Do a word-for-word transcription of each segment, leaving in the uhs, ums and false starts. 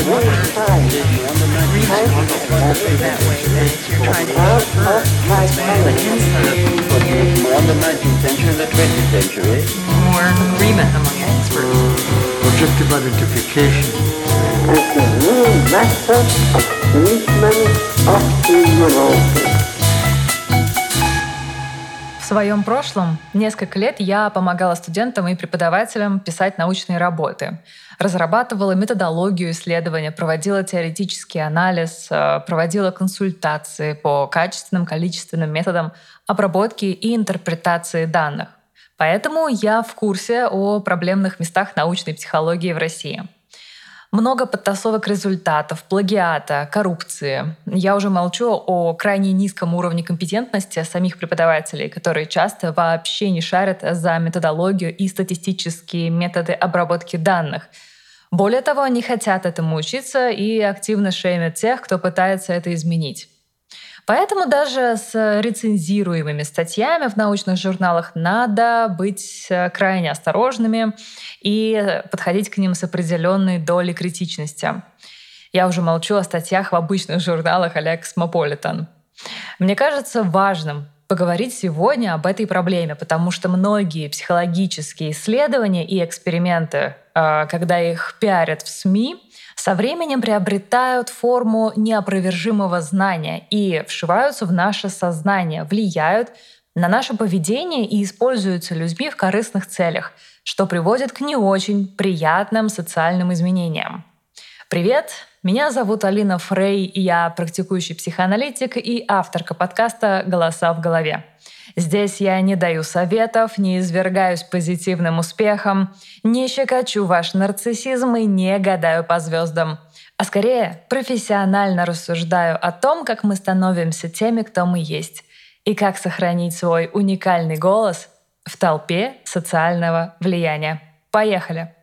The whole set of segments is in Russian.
that way, that if you're trying to infer what's going on inside, more in the nineteenth century than the twentieth century. more agreement among experts. Objective identification. As a new method of treatment of the neurosis. В своем прошлом несколько лет я помогала студентам и преподавателям писать научные работы. Разрабатывала методологию исследования, проводила теоретический анализ, проводила консультации по качественным, количественным методам обработки и интерпретации данных. Поэтому я в курсе о проблемных местах научной психологии в России. Много подтасовок результатов, плагиата, коррупции. Я уже молчу о крайне низком уровне компетентности самих преподавателей, которые часто вообще не шарят за методологию и статистические методы обработки данных. Более того, не хотят этому учиться и активно шеймят тех, кто пытается это изменить. Поэтому даже с рецензируемыми статьями в научных журналах надо быть крайне осторожными и подходить к ним с определенной долей критичности. Я уже молчу о статьях в обычных журналах а-ля Cosmopolitan. Мне кажется важным поговорить сегодня об этой проблеме, потому что многие психологические исследования и эксперименты, когда их пиарят в СМИ, со временем приобретают форму неопровержимого знания и вшиваются в наше сознание, влияют на наше поведение и используются людьми в корыстных целях, что приводит к не очень приятным социальным изменениям. Привет! Меня зовут Алина Фрей, и я практикующий психоаналитик и авторка подкаста «Голоса в голове». Здесь я не даю советов, не извергаюсь позитивным успехом, не щекочу ваш нарциссизм и не гадаю по звездам, а скорее профессионально рассуждаю о том, как мы становимся теми, кто мы есть, и как сохранить свой уникальный голос в толпе социального влияния. Поехали!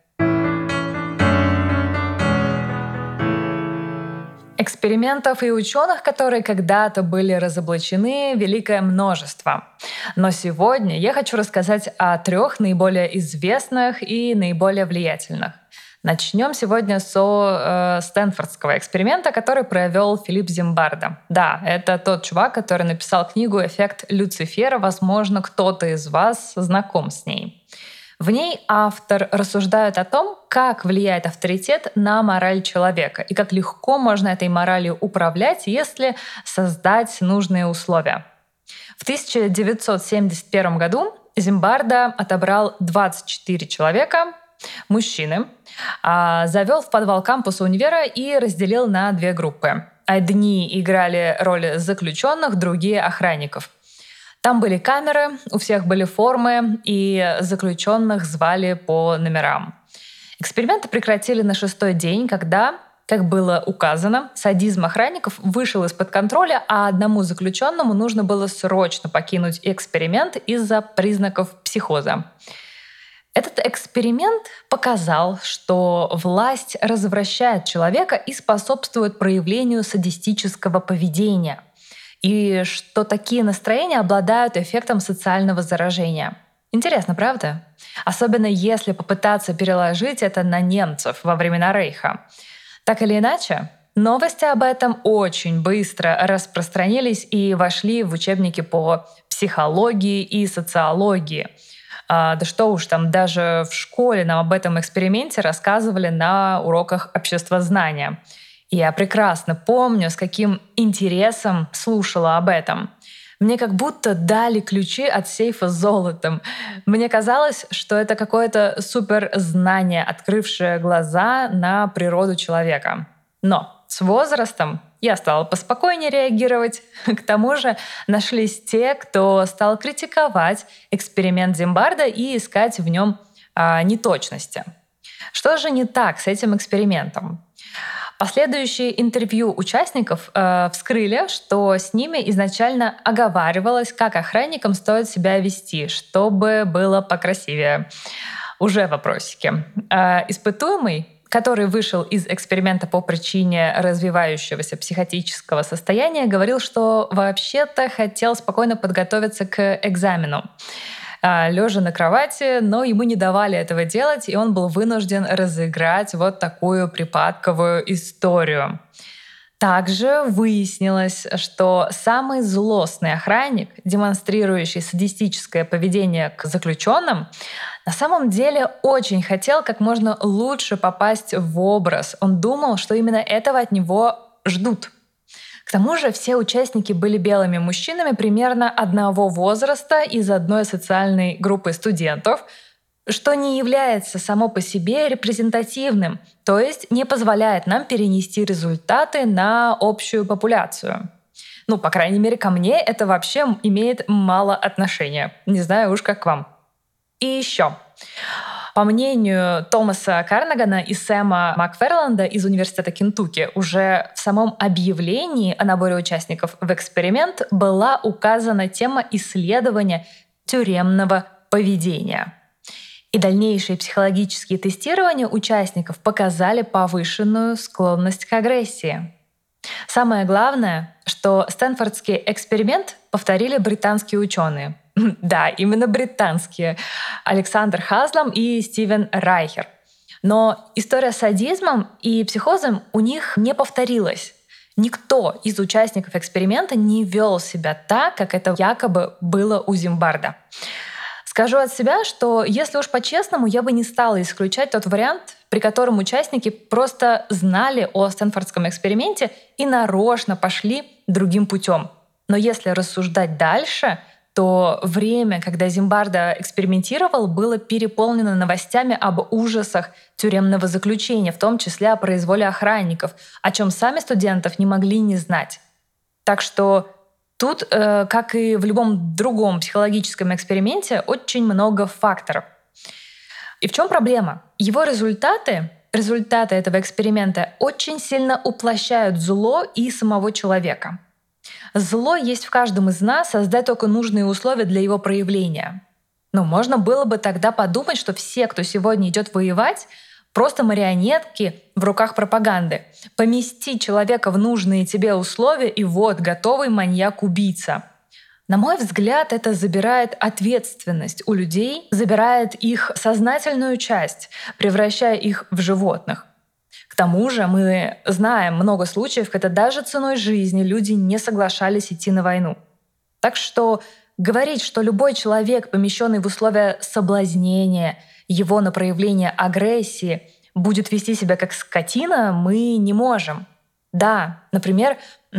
Экспериментов и ученых, которые когда-то были разоблачены, великое множество. Но сегодня я хочу рассказать о трех наиболее известных и наиболее влиятельных. Начнем сегодня со э, стэнфордского эксперимента, который провел Филипп Зимбардо. Да, это тот чувак, который написал книгу «Эффект Люцифера». Возможно, кто-то из вас знаком с ней. В ней автор рассуждает о том, как влияет авторитет на мораль человека и как легко можно этой моралью управлять, если создать нужные условия. В тысяча девятьсот семьдесят первом году Зимбардо отобрал двадцать четыре человека, мужчины, завел в подвал кампуса универа и разделил на две группы. Одни играли роль заключенных, другие — охранников. Там были камеры, у всех были формы, и заключенных звали по номерам. Эксперименты прекратили на шестой день, когда, как было указано, садизм охранников вышел из-под контроля, а одному заключенному нужно было срочно покинуть эксперимент из-за признаков психоза. Этот эксперимент показал, что власть развращает человека и способствует проявлению садистического поведения, и что такие настроения обладают эффектом социального заражения. Интересно, правда? Особенно если попытаться переложить это на немцев во времена Рейха. Так или иначе, новости об этом очень быстро распространились и вошли в учебники по психологии и социологии. А, да что уж там, даже в школе нам об этом эксперименте рассказывали на уроках обществознания. Я прекрасно помню, с каким интересом слушала об этом. Мне как будто дали ключи от сейфа с золотом. Мне казалось, что это какое-то суперзнание, открывшее глаза на природу человека. Но с возрастом я стала поспокойнее реагировать. К тому же нашлись те, кто стал критиковать эксперимент Зимбардо и искать в нем а, неточности. Что же не так с этим экспериментом? Последующие интервью участников э, вскрыли, что с ними изначально оговаривалось, как охранникам стоит себя вести, чтобы было покрасивее. Уже вопросики. Э, испытуемый, который вышел из эксперимента по причине развивающегося психотического состояния, говорил, что вообще-то хотел спокойно подготовиться к экзамену. лежа на кровати, но ему не давали этого делать, и он был вынужден разыграть вот такую припадковую историю. Также выяснилось, что самый злостный охранник, демонстрирующий садистическое поведение к заключенным, на самом деле очень хотел как можно лучше попасть в образ. Он думал, что именно этого от него ждут. К тому же все участники были белыми мужчинами примерно одного возраста из одной социальной группы студентов, что не является само по себе репрезентативным, то есть не позволяет нам перенести результаты на общую популяцию. Ну, по крайней мере, ко мне это вообще имеет мало отношения. Не знаю уж как к вам. И еще. По мнению Томаса Карнагана и Сэма Макферланда из Университета Кентукки, уже в самом объявлении о наборе участников в эксперимент была указана тема исследования тюремного поведения. И дальнейшие психологические тестирования участников показали повышенную склонность к агрессии. Самое главное, что Стэнфордский эксперимент повторили британские ученые. Да, именно британские. Александр Хазлам и Стивен Райхер. Но история с садизмом и психозом у них не повторилась. Никто из участников эксперимента не вел себя так, как это якобы было у Зимбарда. Скажу от себя, что если уж по-честному, я бы не стала исключать тот вариант, при котором участники просто знали о Стэнфордском эксперименте и нарочно пошли другим путем. Но если рассуждать дальше, то время, когда Зимбарда экспериментировал, было переполнено новостями об ужасах тюремного заключения, в том числе о произволе охранников, о чем сами студентов не могли не знать. Так что тут, э, как и в любом другом психологическом эксперименте, очень много факторов. И в чем проблема? Его результаты, результаты этого эксперимента очень сильно уплощают зло и самого человека. Зло есть в каждом из нас, создать только нужные условия для его проявления. Но можно было бы тогда подумать, что все, кто сегодня идет воевать, просто марионетки в руках пропаганды. Помести человека в нужные тебе условия, и вот, готовый маньяк-убийца. На мой взгляд, это забирает ответственность у людей, забирает их сознательную часть, превращая их в животных. К тому же мы знаем много случаев, когда даже ценой жизни люди не соглашались идти на войну. Так что говорить, что любой человек, помещенный в условия соблазнения, его на проявление агрессии, будет вести себя как скотина, мы не можем. Да, например,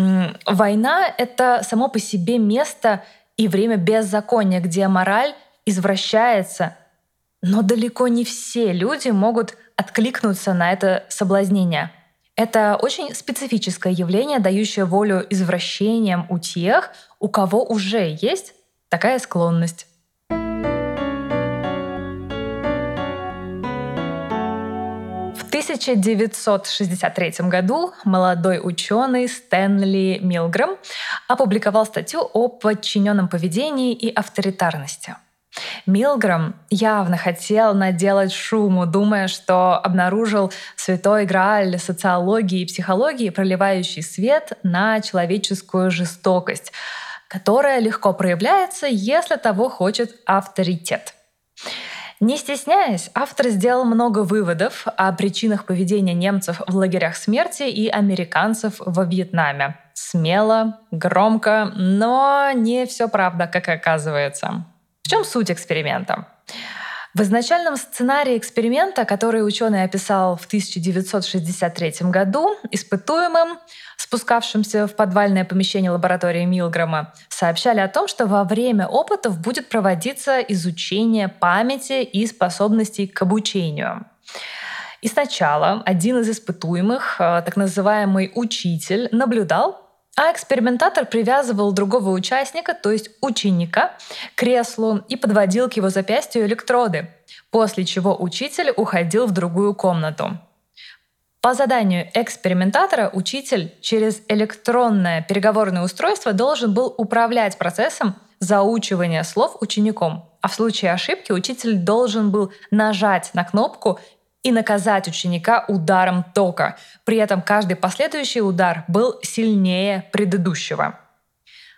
война — это само по себе место и время беззакония, где мораль извращается, но далеко не все люди могут откликнуться на это соблазнение. Это очень специфическое явление, дающее волю извращениям у тех, у кого уже есть такая склонность. В тысяча девятьсот шестьдесят третьем году молодой ученый Стэнли Милгрэм опубликовал статью о подчиненном поведении и авторитарности. Милгрэм явно хотел наделать шуму, думая, что обнаружил святой грааль социологии и психологии, проливающий свет на человеческую жестокость, которая легко проявляется, если того хочет авторитет. Не стесняясь, автор сделал много выводов о причинах поведения немцев в лагерях смерти и американцев во Вьетнаме. Смело, громко, но не все правда, как оказывается. В чем суть эксперимента? В изначальном сценарии эксперимента, который ученый описал в тысяча девятьсот шестьдесят третьем году, испытуемым, спускавшимся в подвальное помещение лаборатории Милгрэма, сообщали о том, что во время опытов будет проводиться изучение памяти и способностей к обучению. И сначала один из испытуемых, так называемый учитель, наблюдал, а экспериментатор привязывал другого участника, то есть ученика, к креслу и подводил к его запястью электроды, после чего учитель уходил в другую комнату. По заданию экспериментатора учитель через электронное переговорное устройство должен был управлять процессом заучивания слов учеником, а в случае ошибки учитель должен был нажать на кнопку и наказать ученика ударом тока. При этом каждый последующий удар был сильнее предыдущего.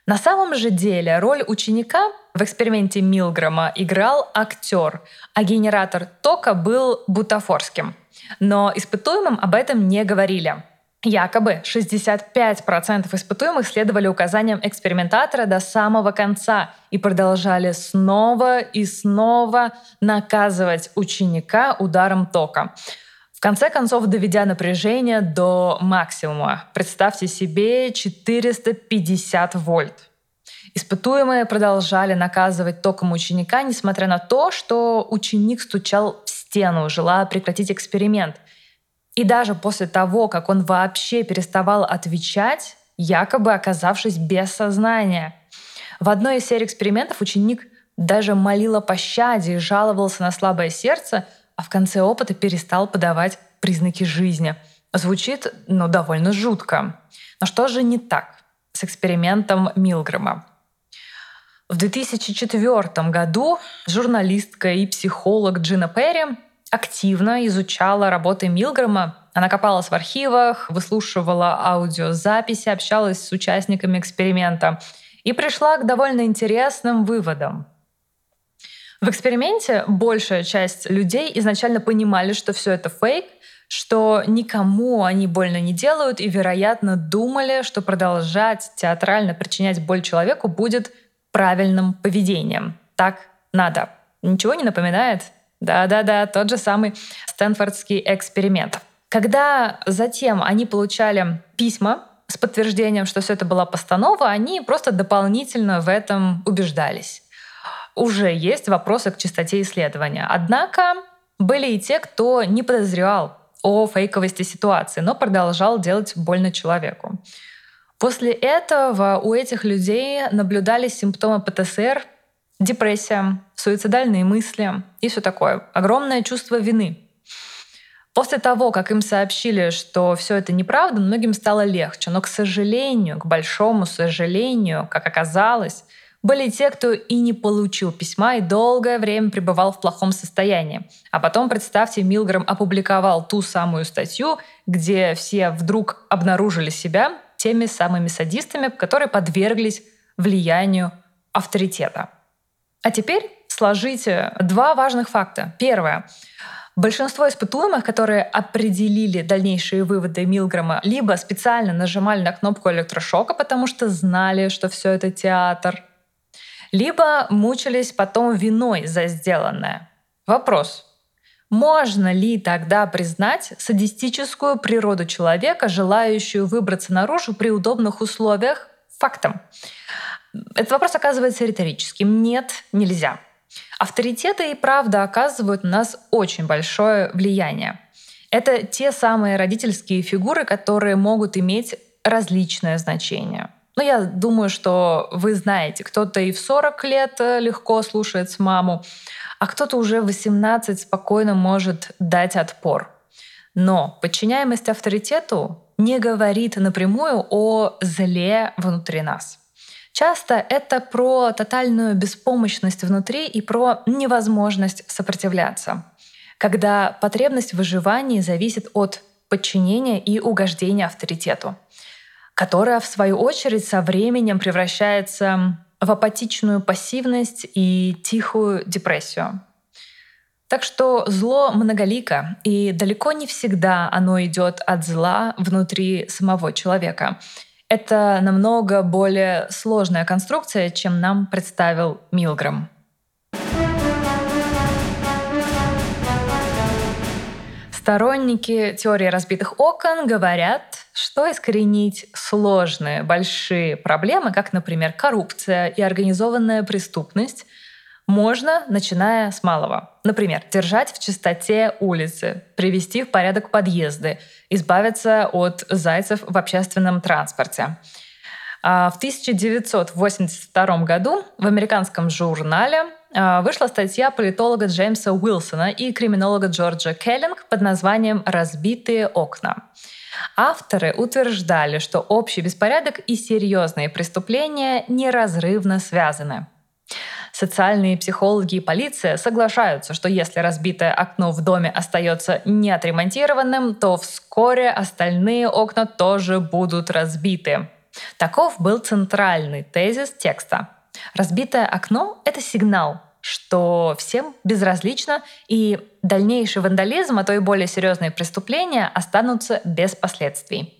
На самом же деле роль ученика в эксперименте Милгрома играл актер, а генератор тока был бутафорским. Но испытуемым об этом не говорили. Якобы шестьдесят пять процентов испытуемых следовали указаниям экспериментатора до самого конца и продолжали снова и снова наказывать ученика ударом тока. В конце концов, доведя напряжение до максимума. Представьте себе четыреста пятьдесят вольт. Испытуемые продолжали наказывать током ученика, несмотря на то, что ученик стучал в стену, желая прекратить эксперимент. И даже после того, как он вообще переставал отвечать, якобы оказавшись без сознания. В одной из серий экспериментов ученик даже молил о пощаде и жаловался на слабое сердце, а в конце опыта перестал подавать признаки жизни. Звучит, ну, довольно жутко. Но что же не так с экспериментом Милгрома? В две тысячи четвёртом году журналистка и психолог Джина Перри активно изучала работы Милгрома. Она копалась в архивах, выслушивала аудиозаписи, общалась с участниками эксперимента и пришла к довольно интересным выводам. В эксперименте большая часть людей изначально понимали, что все это фейк, что никому они больно не делают, и, вероятно, думали, что продолжать театрально причинять боль человеку будет правильным поведением. Так надо. Ничего не напоминает? Да-да-да, тот же самый Стэнфордский эксперимент. Когда затем они получали письма с подтверждением, что все это была постанова, они просто дополнительно в этом убеждались. Уже есть вопросы к чистоте исследования. Однако были и те, кто не подозревал о фейковости ситуации, но продолжал делать больно человеку. После этого у этих людей наблюдались симптомы ПТСР, депрессия, суицидальные мысли и все такое. Огромное чувство вины. После того, как им сообщили, что все это неправда, многим стало легче. Но, к сожалению, к большому сожалению, как оказалось, были те, кто и не получил письма и долгое время пребывал в плохом состоянии. А потом, представьте, Милгром опубликовал ту самую статью, где все вдруг обнаружили себя теми самыми садистами, которые подверглись влиянию авторитета. А теперь сложите два важных факта. Первое. Большинство испытуемых, которые определили дальнейшие выводы Милгрома, либо специально нажимали на кнопку электрошока, потому что знали, что все это театр, либо мучились потом виной за сделанное. Вопрос. Можно ли тогда признать садистическую природу человека, желающую выбраться наружу при удобных условиях, фактом? Этот вопрос оказывается риторическим. Нет, нельзя. Авторитеты и правда оказывают на нас очень большое влияние. Это те самые родительские фигуры, которые могут иметь различное значение. Но я думаю, что вы знаете, кто-то и в сорок лет легко слушает маму, а кто-то уже в восемнадцать спокойно может дать отпор. Но подчиняемость авторитету не говорит напрямую о зле внутри нас. Часто это про тотальную беспомощность внутри и про невозможность сопротивляться, когда потребность в выживании зависит от подчинения и угождения авторитету, которая, в свою очередь, со временем превращается в апатичную пассивность и тихую депрессию. Так что зло многолико, и далеко не всегда оно идет от зла внутри самого человека. Это намного более сложная конструкция, чем нам представил Милгром. Сторонники теории разбитых окон говорят, что искоренить сложные, большие проблемы, как, например, коррупция и организованная преступность, можно, начиная с малого. Например, держать в чистоте улицы, привести в порядок подъезды, избавиться от зайцев в общественном транспорте. В тысяча девятьсот восемьдесят втором году в американском журнале вышла статья политолога Джеймса Уилсона и криминолога Джорджа Келлинг под названием «Разбитые окна». Авторы утверждали, что общий беспорядок и серьезные преступления неразрывно связаны. Социальные психологи и полиция соглашаются, что если разбитое окно в доме остается неотремонтированным, то вскоре остальные окна тоже будут разбиты. Таков был центральный тезис текста. Разбитое окно — это сигнал, что всем безразлично, и дальнейший вандализм, а то и более серьезные преступления останутся без последствий.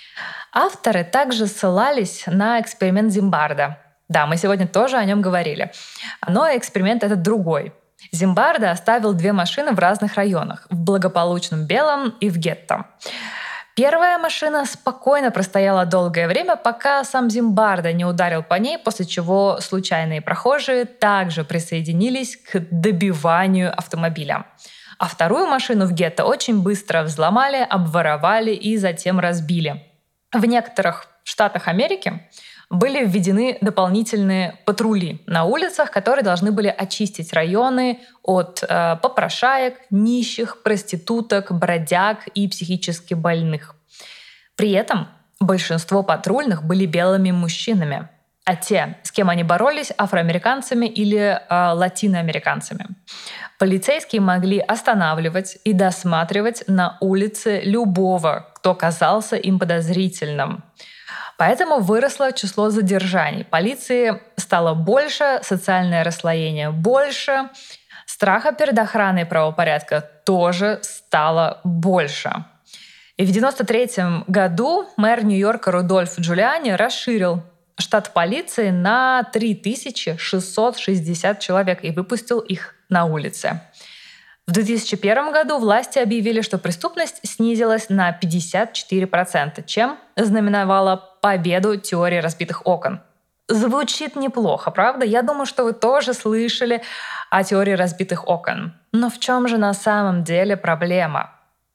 Авторы также ссылались на эксперимент Зимбарда. Да, мы сегодня тоже о нем говорили. Но эксперимент этот другой. Зимбарда оставил две машины в разных районах — в благополучном Белом и в гетто. Первая машина спокойно простояла долгое время, пока сам Зимбарда не ударил по ней, после чего случайные прохожие также присоединились к добиванию автомобиля. А вторую машину в гетто очень быстро взломали, обворовали и затем разбили. В некоторых штатах Америки были введены дополнительные патрули на улицах, которые должны были очистить районы от э, попрошаек, нищих, проституток, бродяг и психически больных. При этом большинство патрульных были белыми мужчинами, а те, с кем они боролись, афроамериканцами или э, латиноамериканцами. Полицейские могли останавливать и досматривать на улице любого, кто казался им подозрительным. Поэтому выросло число задержаний. Полиции стало больше, социальное расслоение больше, страха перед охраной правопорядка тоже стало больше. И в девяносто третьем году мэр Нью-Йорка Рудольф Джулиани расширил штат полиции на три тысячи шестьсот шестьдесят человек и выпустил их на улицы. В две тысячи первом году власти объявили, что преступность снизилась на пятьдесят четыре процента, чем знаменовало победу теории разбитых окон. Звучит неплохо, правда? Я думаю, что вы тоже слышали о теории разбитых окон. Но в чем же на самом деле проблема?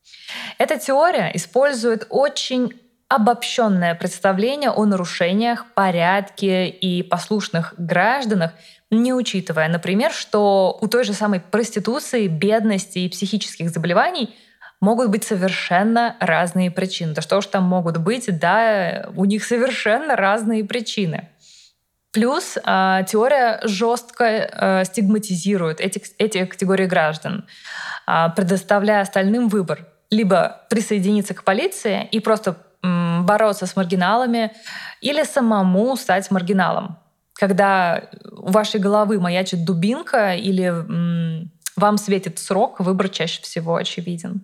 Эта теория использует очень обобщенное представление о нарушениях, порядке и послушных гражданах, не учитывая, например, что у той же самой проституции, бедности и психических заболеваний могут быть совершенно разные причины. Да что уж там могут быть, да, у них совершенно разные причины. Плюс э, теория жестко э, стигматизирует эти, эти категории граждан, э, предоставляя остальным выбор: либо присоединиться к полиции и просто м, бороться с маргиналами, или самому стать маргиналом. Когда у вашей головы маячит дубинка или м, вам светит срок, выбор чаще всего очевиден.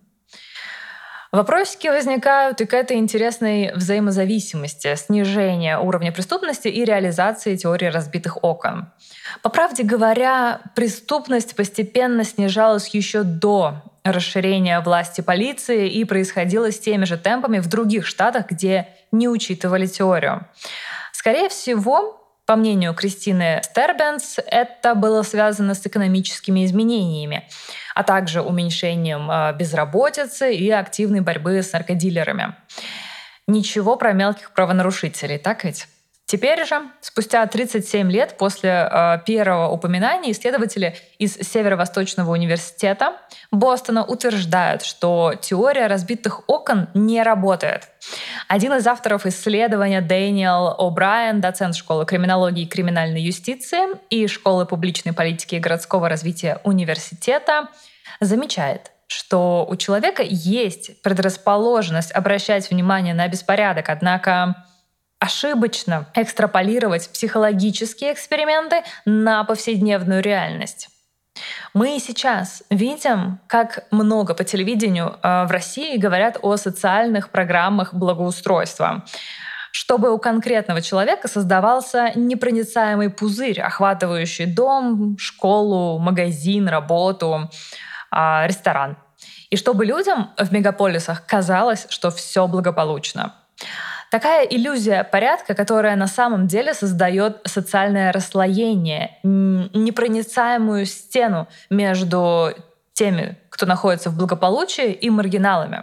Вопросики возникают и к этой интересной взаимозависимости, снижения уровня преступности и реализации теории разбитых окон. По правде говоря, преступность постепенно снижалась еще до расширения власти полиции и происходило с теми же темпами в других штатах, где не учитывали теорию. Скорее всего, по мнению Кристины Стербенс, это было связано с экономическими изменениями, а также уменьшением безработицы и активной борьбы с наркодилерами. Ничего про мелких правонарушителей, так ведь? Теперь же, спустя тридцать семь лет после э, первого упоминания, исследователи из Северо-Восточного университета Бостона утверждают, что теория разбитых окон не работает. Один из авторов исследования, Дэниел О'Брайен, доцент школы криминологии и криминальной юстиции и школы публичной политики и городского развития университета, замечает, что у человека есть предрасположенность обращать внимание на беспорядок, однако ошибочно экстраполировать психологические эксперименты на повседневную реальность. Мы и сейчас видим, как много по телевидению в России говорят о социальных программах благоустройства, чтобы у конкретного человека создавался непроницаемый пузырь, охватывающий дом, школу, магазин, работу, ресторан. И чтобы людям в мегаполисах казалось, что все благополучно. Такая иллюзия порядка, которая на самом деле создает социальное расслоение, непроницаемую стену между теми, кто находится в благополучии, и маргиналами.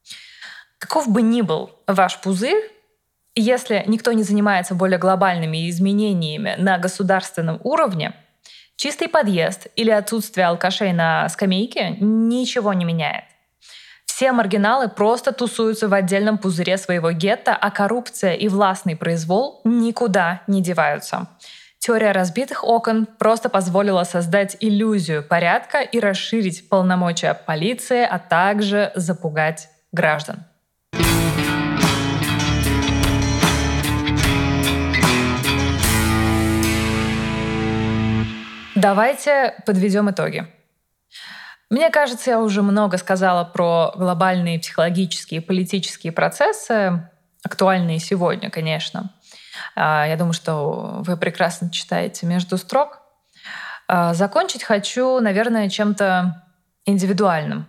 Каков бы ни был ваш пузырь, если никто не занимается более глобальными изменениями на государственном уровне, чистый подъезд или отсутствие алкашей на скамейке ничего не меняет. Все маргиналы просто тусуются в отдельном пузыре своего гетто, а коррупция и властный произвол никуда не деваются. Теория разбитых окон просто позволила создать иллюзию порядка и расширить полномочия полиции, а также запугать граждан. Давайте подведем итоги. Мне кажется, я уже много сказала про глобальные психологические и политические процессы, актуальные сегодня, конечно. Я думаю, что вы прекрасно читаете между строк. Закончить хочу, наверное, чем-то индивидуальным.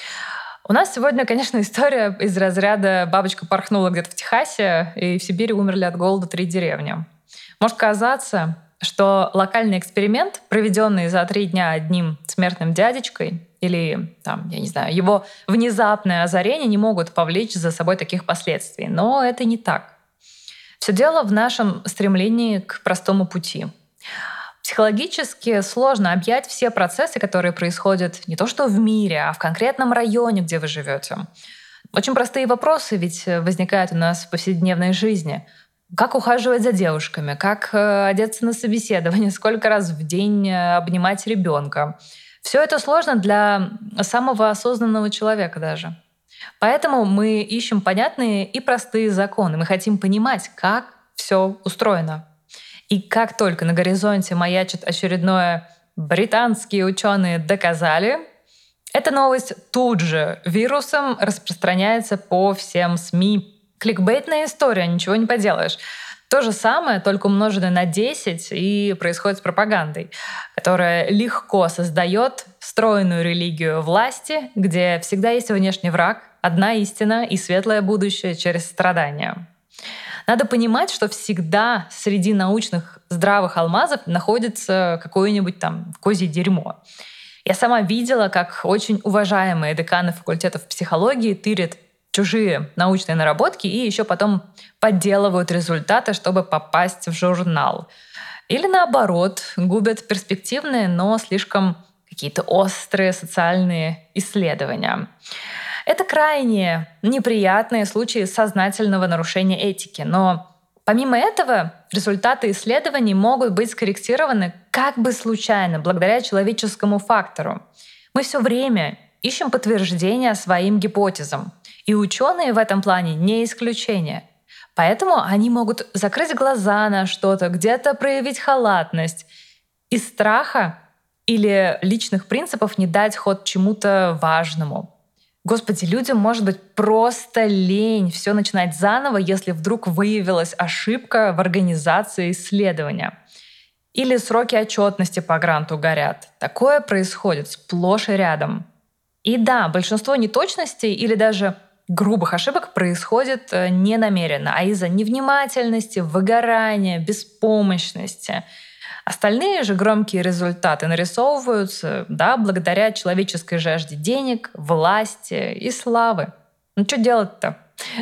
У нас сегодня, конечно, история из разряда «бабочка порхнула где-то в Техасе, и в Сибири умерли от голода три деревни». Может казаться, что локальный эксперимент, проведенный за три дня одним смертным дядечкой, или, там, я не знаю, его внезапное озарение не могут повлечь за собой таких последствий. Но это не так. Все дело в нашем стремлении к простому пути. Психологически сложно объять все процессы, которые происходят не то что в мире, а в конкретном районе, где вы живете. Очень простые вопросы ведь возникают у нас в повседневной жизни. Как ухаживать за девушками, как одеться на собеседование, сколько раз в день обнимать ребенка. Все это сложно для самого осознанного человека даже. Поэтому мы ищем понятные и простые законы. Мы хотим понимать, как все устроено. И как только на горизонте маячит очередное «британские ученые доказали», эта новость тут же вирусом распространяется по всем СМИ. Кликбейтная история, ничего не поделаешь. То же самое, только умноженное на десять, и происходит с пропагандой, которая легко создает стройную религию власти, где всегда есть внешний враг, одна истина и светлое будущее через страдания. Надо понимать, что всегда среди научных здравых алмазов находится какое-нибудь там козье дерьмо. Я сама видела, как очень уважаемые деканы факультетов психологии тырят чужие научные наработки и еще потом подделывают результаты, чтобы попасть в журнал. Или наоборот, губят перспективные, но слишком какие-то острые социальные исследования. Это крайне неприятные случаи сознательного нарушения этики, но помимо этого результаты исследований могут быть скорректированы как бы случайно, благодаря человеческому фактору. Мы все время ищем подтверждения своим гипотезам, и ученые в этом плане не исключение. Поэтому они могут закрыть глаза на что-то, где-то проявить халатность из страха или личных принципов не дать ход чему-то важному. Господи, людям может быть просто лень все начинать заново, если вдруг выявилась ошибка в организации исследования. Или сроки отчетности по гранту горят. Такое происходит сплошь и рядом. И да, большинство неточностей или даже грубых ошибок происходит не намеренно, а из-за невнимательности, выгорания, беспомощности. Остальные же громкие результаты нарисовываются, да, благодаря человеческой жажде денег, власти и славы. Ну что делать-то?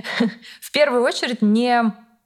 В первую очередь не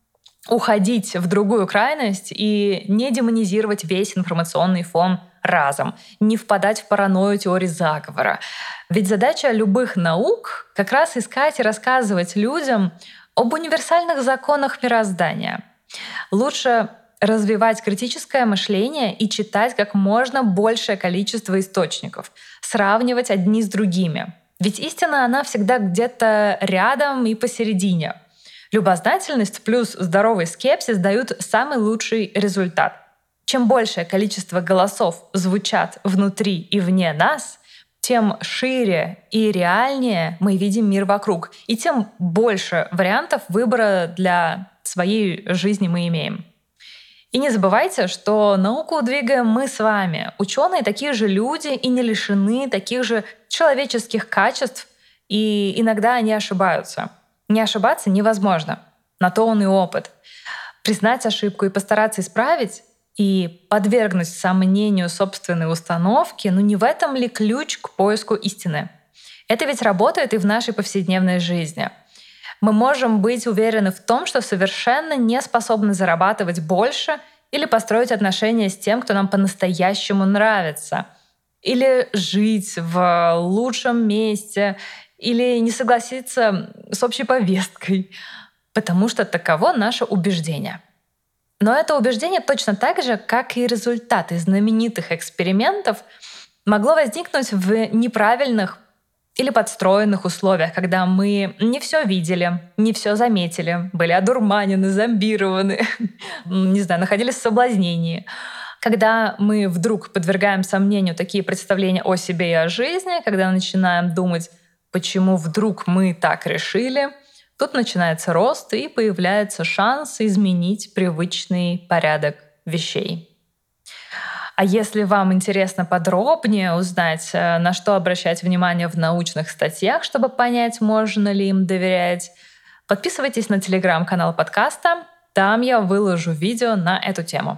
уходить в другую крайность и не демонизировать весь информационный фон разом, не впадать в паранойю теории заговора. Ведь задача любых наук как раз искать и рассказывать людям об универсальных законах мироздания. Лучше развивать критическое мышление и читать как можно большее количество источников, сравнивать одни с другими. Ведь истина, она всегда где-то рядом и посередине. Любознательность плюс здоровый скепсис дают самый лучший результат. Чем большее количество голосов звучат внутри и вне нас, тем шире и реальнее мы видим мир вокруг, и тем больше вариантов выбора для своей жизни мы имеем. И не забывайте, что науку двигаем мы с вами. Ученые такие же люди и не лишены таких же человеческих качеств, и иногда они ошибаются. Не ошибаться невозможно. На то он и опыт. Признать ошибку и постараться исправить и подвергнуть сомнению собственной установки, ну не в этом ли ключ к поиску истины? Это ведь работает и в нашей повседневной жизни. Мы можем быть уверены в том, что совершенно не способны зарабатывать больше или построить отношения с тем, кто нам по-настоящему нравится, или жить в лучшем месте, или не согласиться с общей повесткой, потому что таково наше убеждение. Но это убеждение точно так же, как и результаты знаменитых экспериментов, могло возникнуть в неправильных или подстроенных условиях, когда мы не все видели, не все заметили, были одурманены, зомбированы, не знаю, находились в соблазнении. Когда мы вдруг подвергаем сомнению такие представления о себе и о жизни, когда начинаем думать, почему вдруг мы так решили, тут начинается рост и появляется шанс изменить привычный порядок вещей. А если вам интересно подробнее узнать, на что обращать внимание в научных статьях, чтобы понять, можно ли им доверять, подписывайтесь на телеграм-канал подкаста. Там я выложу видео на эту тему.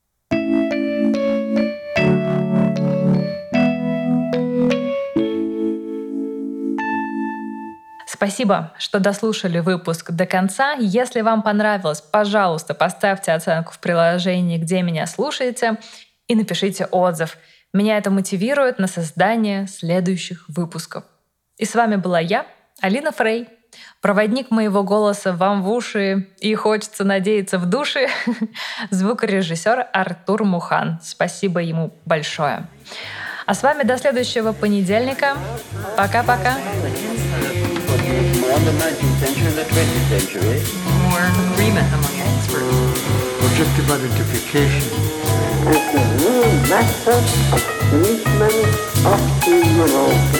Спасибо, что дослушали выпуск до конца. Если вам понравилось, пожалуйста, поставьте оценку в приложении, где меня слушаете, и напишите отзыв. Меня это мотивирует на создание следующих выпусков. И с вами была я, Алина Фрей, проводник моего голоса вам в уши и, хочется надеяться, в души, звукорежиссер Артур Мухан. Спасибо ему большое. А с вами до следующего понедельника. Пока-пока. More in the nineteenth century than the twentieth century. More agreement among experts. Objective identification. as the new method of treatment of the neurosis.